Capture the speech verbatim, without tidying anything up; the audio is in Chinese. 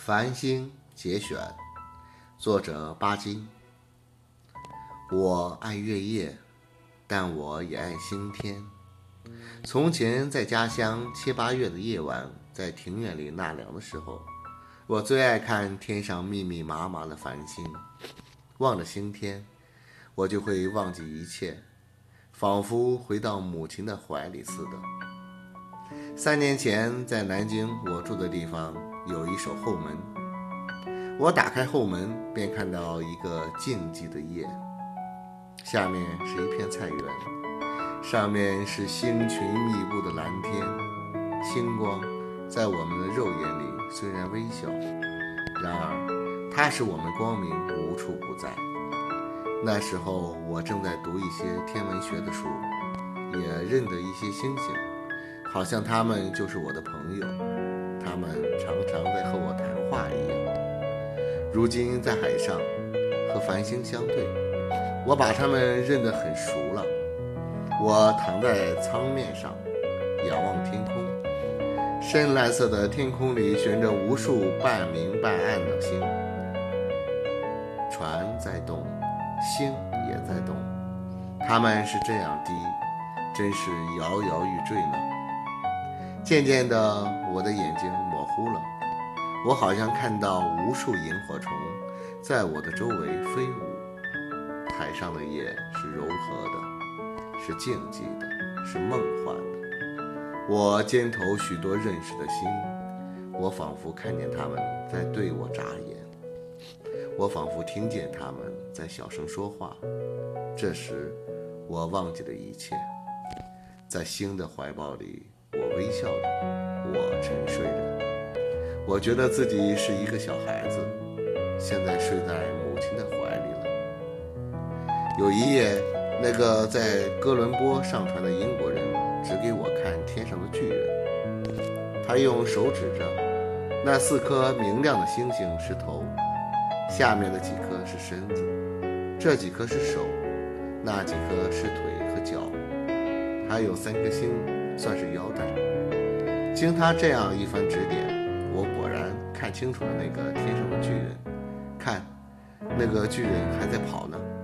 繁星节选，作者巴金。我爱月夜，但我也爱星天。从前在家乡七八月的夜晚，在庭院里纳凉的时候，我最爱看天上密密麻麻的繁星。望着星天，我就会忘记一切，仿佛回到母亲的怀里似的。三年前在南京我住的地方有一首后门，我打开后门便看到一个静寂的夜，下面是一片菜园，上面是星群密布的蓝天，星光在我们的肉眼里虽然微小，然而它使我们光明无处不在。那时候我正在读一些天文学的书，也认得一些星星，好像他们就是我的朋友，他们常常在和我谈话一样。如今在海上和繁星相对，我把他们认得很熟了。我躺在舱面上，仰望天空，深蓝色的天空里悬着无数半明半暗的星，船在动，星也在动，它们是这样低，真是摇摇欲坠呢。渐渐的，我的眼睛模糊了，我好像看到无数萤火虫在我的周围飞舞。海上的夜是柔和的，是静寂的，是梦幻的。我肩头许多认识的星，我仿佛看见他们在对我眨眼，我仿佛听见他们在小声说话。这时我忘记了一切，在星的怀抱里，我微笑着，我沉睡着。我觉得自己是一个小孩子，现在睡在母亲的怀里了。有一夜，那个在哥伦波上船的英国人指给我看天上的巨人，他用手指着，那四颗明亮的星星是头，下面的几颗是身子，这几颗是手，那几颗是腿和脚，还有三颗星算是腰带。经他这样一番指点，我果然看清楚了那个天上的巨人。看，那个巨人还在跑呢。